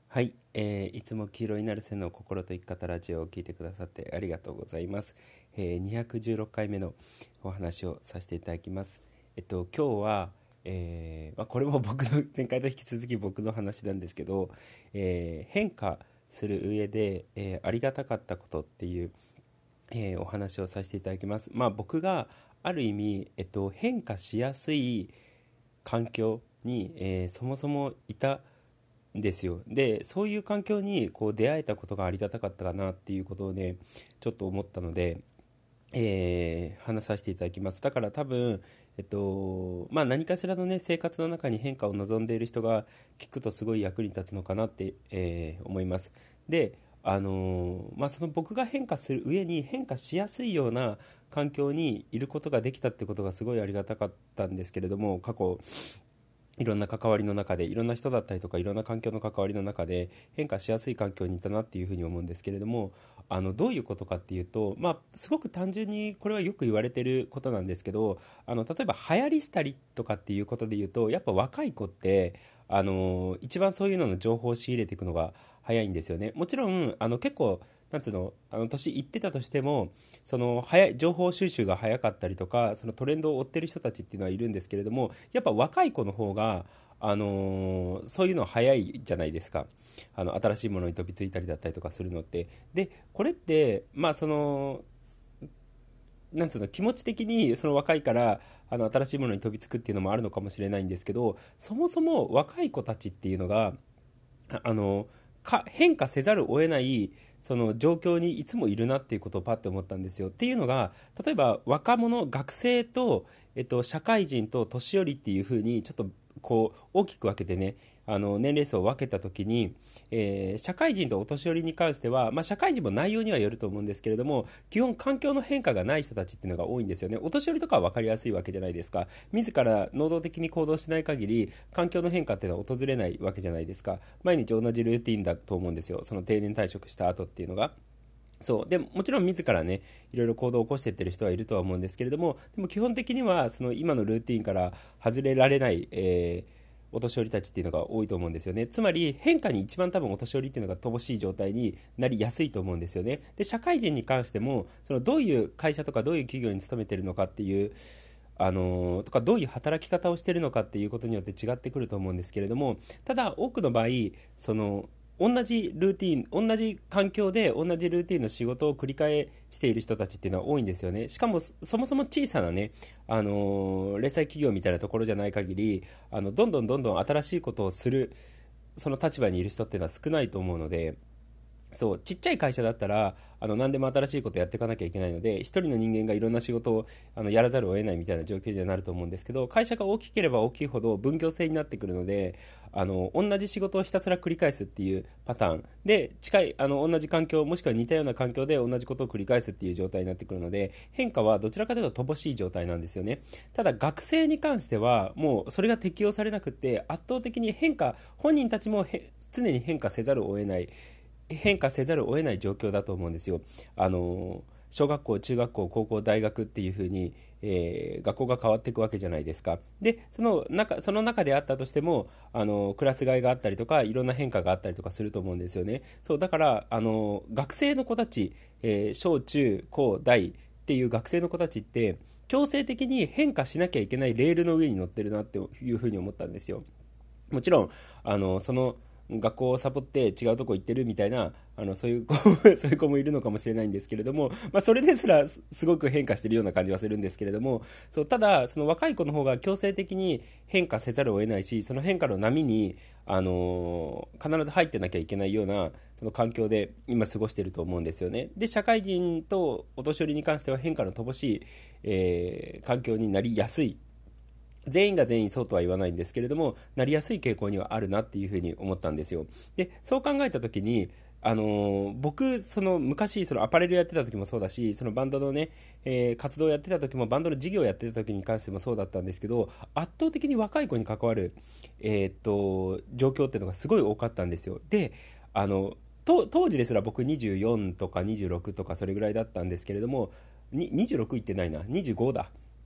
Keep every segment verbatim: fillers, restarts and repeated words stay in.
はい、えーいつも黄色いなる線の心と生き方ラジオを聞いてくださってありがとうございます。えーにひゃくじゅうろっかいめのお話をさせていただきます。えっと今日は、えーまあ、これも僕の前回と引き続き僕の話なんですけど、えー変化する上で、えーありがたかったことっていう、えーお話をさせていただきます。まあ僕がある意味、えっと、変化しやすい環境に、えーそもそもいたですよ。で、そういう環境にこう出会えたことがありがたかったかなっていうことをね、ちょっと思ったので、えー話させていただきます。だから多分、えっと、まあ何かしらのね、生活の中に変化を望んでいる人が聞くとすごい役に立つのかなって、えー思います。で、あのーまあその僕が変化する上に変化しやすいような環境にいることができたってことがすごいありがたかったんですけれども、過去いろんな関わりの中で、いろんな人だったりとかいろんな環境の関わりの中で変化しやすい環境にいたなっていうふうに思うんですけれども、あのどういうことかっていうと、まあ、すごく単純にこれはよく言われてることなんですけど、あの例えば流行りしたりとかっていうことで言うと、やっぱ若い子ってあの一番そういうのの情報を仕入れていくのが早いんですよね。もちろんあの結構なんつうの、あの年いってたとしても、その早い情報収集が早かったりとか、そのトレンドを追ってる人たちっていうのはいるんですけれども、やっぱ若い子の方が、あのーそういうの早いじゃないですか。あの新しいものに飛びついたりだったりとかするのって。でこれってまあそのなんつうの、気持ち的にその若いからあの新しいものに飛びつくっていうのもあるのかもしれないんですけど、そもそも若い子たちっていうのがああのか変化せざるを得ないその状況にいつもいるなっていうことをパッと思ったんですよ。っていうのが、例えば若者学生と、えっと、社会人と年寄りっていうふうにちょっとこう大きく分けてね、あの年齢層を分けた時に、えー社会人とお年寄りに関しては、まあ、社会人も内容にはよると思うんですけれども、基本環境の変化がない人たちっていうのが多いんですよね。お年寄りとかは分かりやすいわけじゃないですか。自ら能動的に行動しない限り環境の変化っていうのは訪れないわけじゃないですか。毎日同じルーティンだと思うんですよ、その定年退職した後っていうのが。そうでもちろん自らね、いろいろ行動を起こしていってる人はいるとは思うんですけれども、でも基本的にはその今のルーティンから外れられない、えーお年寄りたちっていうのが多いと思うんですよね。つまり変化に一番多分お年寄りっていうのが乏しい状態になりやすいと思うんですよね。で社会人に関しても、そのどういう会社とかどういう企業に勤めてるのかっていう、あのーとかどういう働き方をしているのかっていうことによって違ってくると思うんですけれども、ただ多くの場合、その同じルーティン同じ環境で同じルーティンの仕事を繰り返している人たちっていうのは多いんですよね。しかもそもそも小さなね、あのー零細企業みたいなところじゃない限り、あのどんどんどんどん新しいことをするその立場にいる人っていうのは少ないと思うので、そうちっちゃい会社だったらあの何でも新しいことやっていかなきゃいけないので、一人の人間がいろんな仕事をあのやらざるを得ないみたいな状況にはなると思うんですけど、会社が大きければ大きいほど分業制になってくるので、あの同じ仕事をひたすら繰り返すっていうパターンで、近いあの同じ環境もしくは似たような環境で同じことを繰り返すっていう状態になってくるので、変化はどちらかというと乏しい状態なんですよね。ただ学生に関してはもうそれが適用されなくって、圧倒的に変化、本人たちもへ常に変化せざるを得ない変化せざるを得ない状況だと思うんですよ。あの小学校、中学校、高校、大学っていう風に、えー学校が変わっていくわけじゃないですか。で、その中、その中であったとしても、あのクラス替えがあったりとか、いろんな変化があったりとかすると思うんですよね。そうだから、あの学生の子たち、えー小中高大っていう学生の子たちって、強制的に変化しなきゃいけないレールの上に乗ってるなっていう風に思ったんですよ。もちろんあのその学校をサボって違うとこ行ってるみたいな、あのそういう子そういう子もいるのかもしれないんですけれども、まあ、それですらすすごく変化してるような感じはするんですけれども、そうただその若い子の方が強制的に変化せざるを得ないし、その変化の波に、あのー必ず入ってなきゃいけないようなその環境で今過ごしていると思うんですよね。で社会人とお年寄りに関しては変化の乏しい、えー環境になりやすい、全員が全員そうとは言わないんですけれども、なりやすい傾向にはあるなっていうふうに思ったんですよ。でそう考えた時に、あのー僕その昔そのアパレルやってた時もそうだし、そのバンドのね、えー活動やってた時も、バンドの事業やってた時に関してもそうだったんですけど、圧倒的に若い子に関わる、えーっと状況っていうのがすごい多かったんですよ。であのと当時ですら僕にじゅうよんとかにじゅうろくとかそれぐらいだったんですけれども、ににじゅうろくいってないな、にじゅうごだ、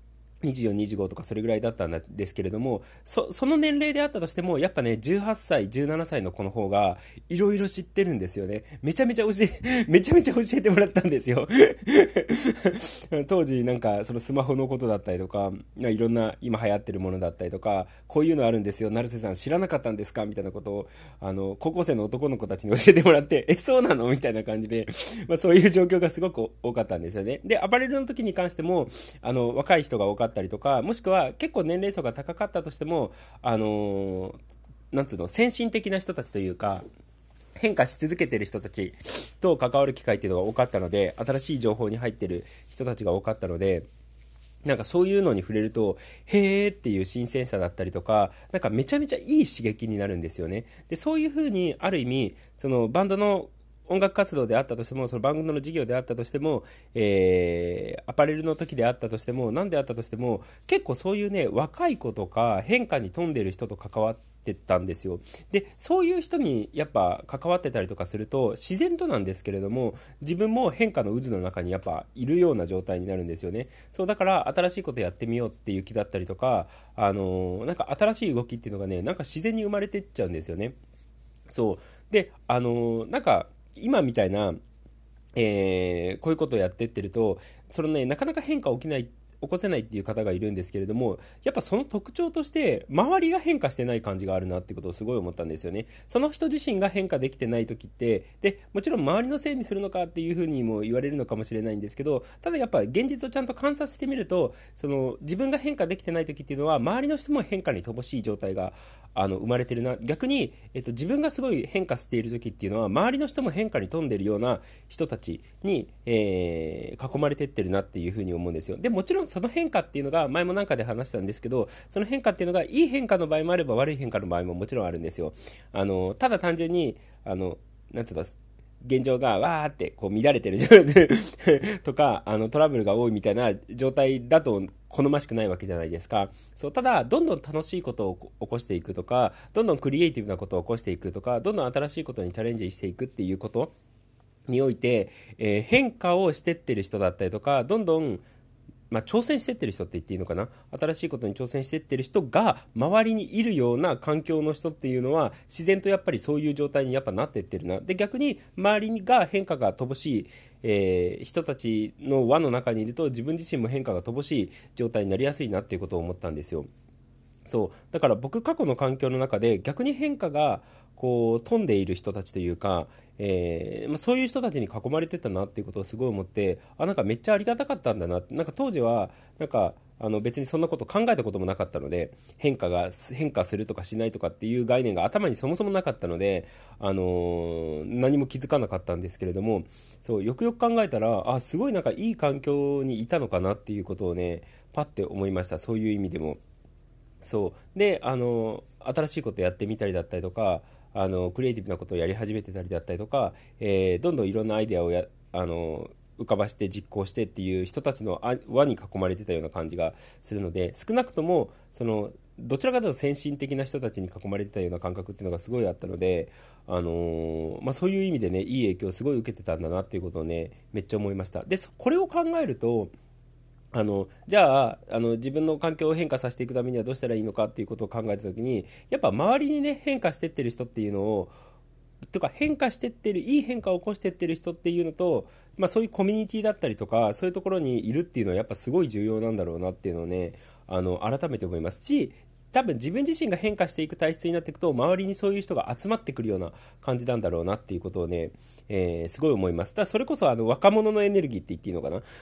にじゅうよん、にじゅうごとかそれぐらいだったんですけれども、そ、その年齢であったとしても、やっぱね、じゅうはっさい、じゅうななさいの子の方が、いろいろ知ってるんですよね。めちゃめちゃ教え、めちゃめちゃ教えてもらったんですよ。当時、なんか、そのスマホのことだったりとか、いろんな今流行ってるものだったりとか、こういうのあるんですよ、成瀬さん知らなかったんですかみたいなことを、あの、高校生の男の子たちに教えてもらって、え、そうなのみたいな感じで、まあそういう状況がすごく多かったんですよね。で、アパレルの時に関しても、あの、若い人が多かったりとか、もしくは結構年齢層が高かったとしても、あのーなんつうの、先進的な人たちというか、変化し続けてる人たちと関わる機会っていうのが多かったので、新しい情報に入ってる人たちが多かったので、なんかそういうのに触れると、へーっていう新鮮さだったりとか、なんかめちゃめちゃいい刺激になるんですよね。で、そういう風に、ある意味、そのバンドの音楽活動であったとしても、そのバンドの事業であったとしても、えー、アパレルの時であったとしても、何であったとしても、結構そういうね、若い子とか変化に富んでる人と関わってたんですよ。で、そういう人にやっぱ関わってたりとかすると、自然となんですけれども、自分も変化の渦の中にやっぱいるような状態になるんですよね。そう、だから新しいことやってみようっていう気だったりとか、あのーなんか新しい動きっていうのがね、なんか自然に生まれてっちゃうんですよね。そう。で、あのーなんか、今みたいな、えーこういうことをやってってると、そのね、なかなか変化起きない、起こせないっていう方がいるんですけれども、やっぱその特徴として、周りが変化してない感じがあるなっていうことをすごい思ったんですよね。その人自身が変化できてない時って、で、もちろん周りのせいにするのかっていうふうにも言われるのかもしれないんですけど、ただやっぱ現実をちゃんと観察してみると、その自分が変化できてない時っていうのは、周りの人も変化に乏しい状態があの生まれてるな。逆に、えっと、自分がすごい変化している時っていうのは、周りの人も変化に富んでるような人たちに、えー囲まれてってるなっていうふうに思うんですよ。で、もちろんその変化っていうのが、前もなんかで話したんですけど、その変化っていうのが、いい変化の場合もあれば、悪い変化の場合ももちろんあるんですよ。あの、ただ単純に、あの、なんつうの、現状がわーってこう乱れてる状態とか、あのトラブルが多いみたいな状態だと好ましくないわけじゃないですか。そう、ただ、どんどん楽しいことを起こしていくとか、どんどんクリエイティブなことを起こしていくとか、どんどん新しいことにチャレンジしていくっていうことにおいて、えー変化をしてってる人だったりとか、どんどんまあ、挑戦してってる人って言っていいのかな、新しいことに挑戦してってる人が周りにいるような環境の人っていうのは自然とやっぱりそういう状態にやっぱなってってるな。で、逆に周りが変化が乏しい、えー人たちの輪の中にいると自分自身も変化が乏しい状態になりやすいなっていうことを思ったんですよ。そうだから僕、過去の環境の中で逆に変化がこう飛んでいる人たちというか、えーまあ、そういう人たちに囲まれてたなっていうことをすごい思って、あ、なんかめっちゃありがたかったんだなって。なんか当時はなんかあの別にそんなこと考えたこともなかったので、変化が変化するとかしないとかっていう概念が頭にそもそもなかったので、あのー何も気づかなかったんですけれども、そうよくよく考えたら、あ、すごいなんかいい環境にいたのかなっていうことをね、パッて思いました。そういう意味でも。そうで、あの新しいことやってみたりだったりとか、あのクリエイティブなことをやり始めてたりだったりとか、えーどんどんいろんなアイデアをやあの浮かばして実行してっていう人たちのあ輪に囲まれてたような感じがするので、少なくともそのどちらかというと先進的な人たちに囲まれてたような感覚っていうのがすごいあったので、あのーまあ、そういう意味でね、いい影響をすごい受けてたんだなっていうことをね、めっちゃ思いました。で、そこれを考えると、あのじゃあ、あの自分の環境を変化させていくためにはどうしたらいいのかっていうことを考えたときに、やっぱ周りにね、変化してってる人っていうのを、とか変化してってる、いい変化を起こしてってる人っていうのと、まあ、そういうコミュニティだったりとか、そういうところにいるっていうのはやっぱすごい重要なんだろうなっていうのをね、あの改めて思いますし、多分自分自身が変化していく体質になっていくと、周りにそういう人が集まってくるような感じなんだろうなっていうことをね、えーすごい思います。だからそれこそあの若者のエネルギーって言っていいのかな。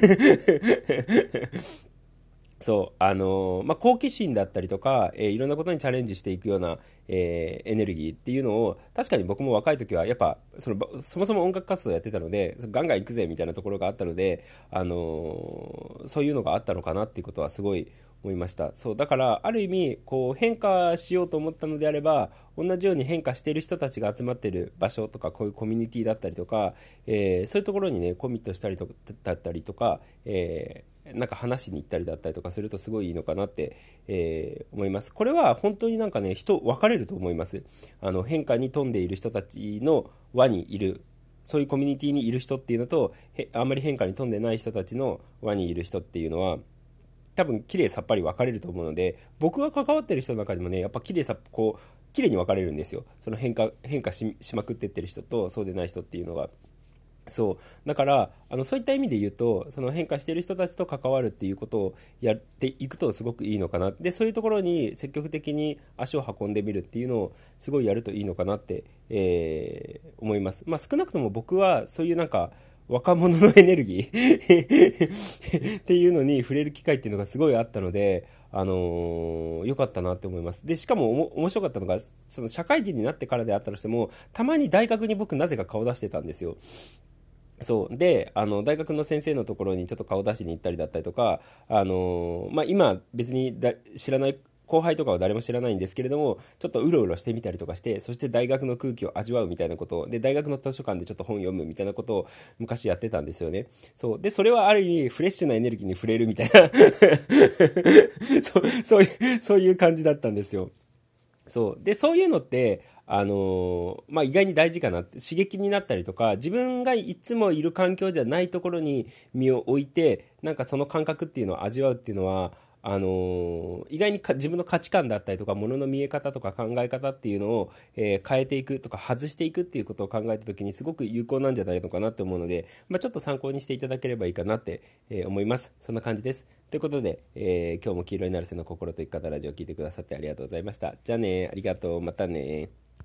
そう、あのーまあ、好奇心だったりとか、えーいろんなことにチャレンジしていくような、えーエネルギーっていうのを、確かに僕も若い時は、やっぱ、その、ばそもそも音楽活動やってたので、ガンガン行くぜみたいなところがあったので、あのーそういうのがあったのかなっていうことはすごい思いました。そう、だから、ある意味、こう、変化しようと思ったのであれば、同じように変化している人たちが集まっている場所とか、こういうコミュニティだったりとか、えーそういうところにね、コミットしたりとか、だったりとか、えーなんか話しに行ったりだったりとかするとすごいいいのかなって、えー思います。これは本当になんかね、人分かれると思います。あの変化に富んでいる人たちの輪にいる、そういうコミュニティにいる人っていうのと、へあんまり変化に富んでない人たちの輪にいる人っていうのは、 多分綺麗さっぱり分かれると思うので、僕が関わってる人の中でもね、やっぱ綺麗さこう綺麗に分かれるんですよ。その変化変化し、しまくってってる人とそうでない人っていうのが。そうだからあのそういった意味で言うと、その変化している人たちと関わるっていうことをやっていくとすごくいいのかな。でそういうところに積極的に足を運んでみるっていうのをすごいやるといいのかなって、えー思います。まあ、少なくとも僕はそういうなんか若者のエネルギーっていうのに触れる機会っていうのがすごいあったので、あのー良かったなって思います。でしかもおも面白かったのが、その社会人になってからであったとしても、たまに大学に僕なぜか顔出してたんですよ。そうで、あの大学の先生のところにちょっと顔出しに行ったりだったりとか、あのーまあ、今別にだ知らない後輩とかは誰も知らないんですけれども、ちょっとうろうろしてみたりとかして、そして大学の空気を味わうみたいなことをで、大学の図書館でちょっと本読むみたいなことを昔やってたんですよね。そうで、それはある意味フレッシュなエネルギーに触れるみたいなそうそういうそういう感じだったんですよ。そうで、そういうのって、あのーまあ、意外に大事かなって、刺激になったりとか、自分がいつもいる環境じゃないところに身を置いて、なんかその感覚っていうのを味わうっていうのは、あのー意外にか自分の価値観だったりとか、物の見え方とか考え方っていうのを、えー変えていくとか、外していくっていうことを考えたときに、すごく有効なんじゃないのかなって思うので、まあ、ちょっと参考にしていただければいいかなって、えー思います。そんな感じです。ということで、えー今日も黄色になる背の心と生き方ラジオを聞いてくださってありがとうございました。じゃあね、ありがとう、またね。